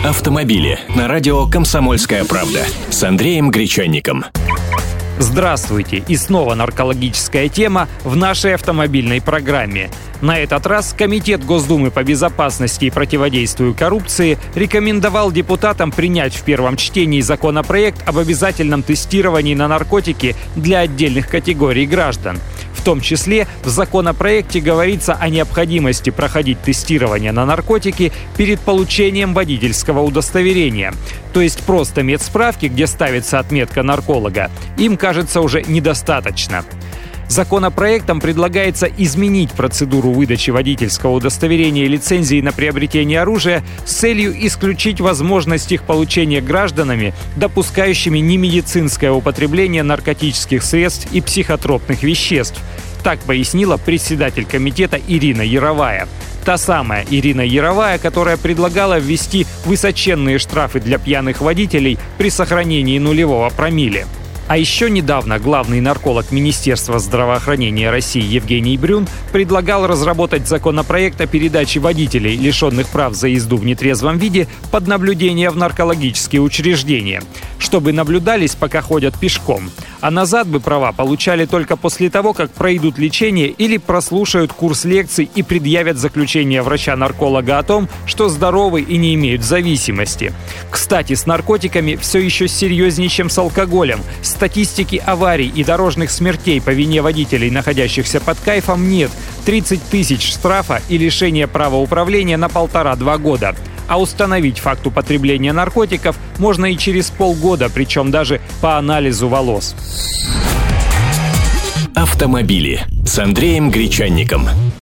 Автомобили на радио «Комсомольская правда» с Андреем Гречанником. Здравствуйте! И снова наркологическая тема в нашей автомобильной программе. На этот раз Комитет Госдумы по безопасности и противодействию коррупции рекомендовал депутатам принять в первом чтении законопроект об обязательном тестировании на наркотики для отдельных категорий граждан. В том числе в законопроекте говорится о необходимости проходить тестирование на наркотики перед получением водительского удостоверения. То есть просто медсправки, где ставится отметка нарколога, им кажется уже недостаточно. Законопроектом предлагается изменить процедуру выдачи водительского удостоверения и лицензии на приобретение оружия с целью исключить возможность их получения гражданами, допускающими немедицинское употребление наркотических средств и психотропных веществ. Так пояснила председатель комитета Ирина Яровая. Та самая Ирина Яровая, которая предлагала ввести высоченные штрафы для пьяных водителей при сохранении нулевого промилле. А еще недавно главный нарколог Министерства здравоохранения России Евгений Брюн предлагал разработать законопроект о передаче водителей, лишенных прав за езду в нетрезвом виде, под наблюдение в наркологические учреждения, чтобы наблюдались, пока ходят пешком. А назад бы права получали только после того, как пройдут лечение или прослушают курс лекций и предъявят заключение врача-нарколога о том, что здоровы и не имеют зависимости. Кстати, с наркотиками все еще серьезнее, чем с алкоголем. Статистики аварий и дорожных смертей по вине водителей, находящихся под кайфом, нет. 30 тысяч штрафа и лишение права управления на 1,5-2 года. А установить факт употребления наркотиков можно и через полгода, причем даже по анализу волос. Автомобили с Андреем Гречанником.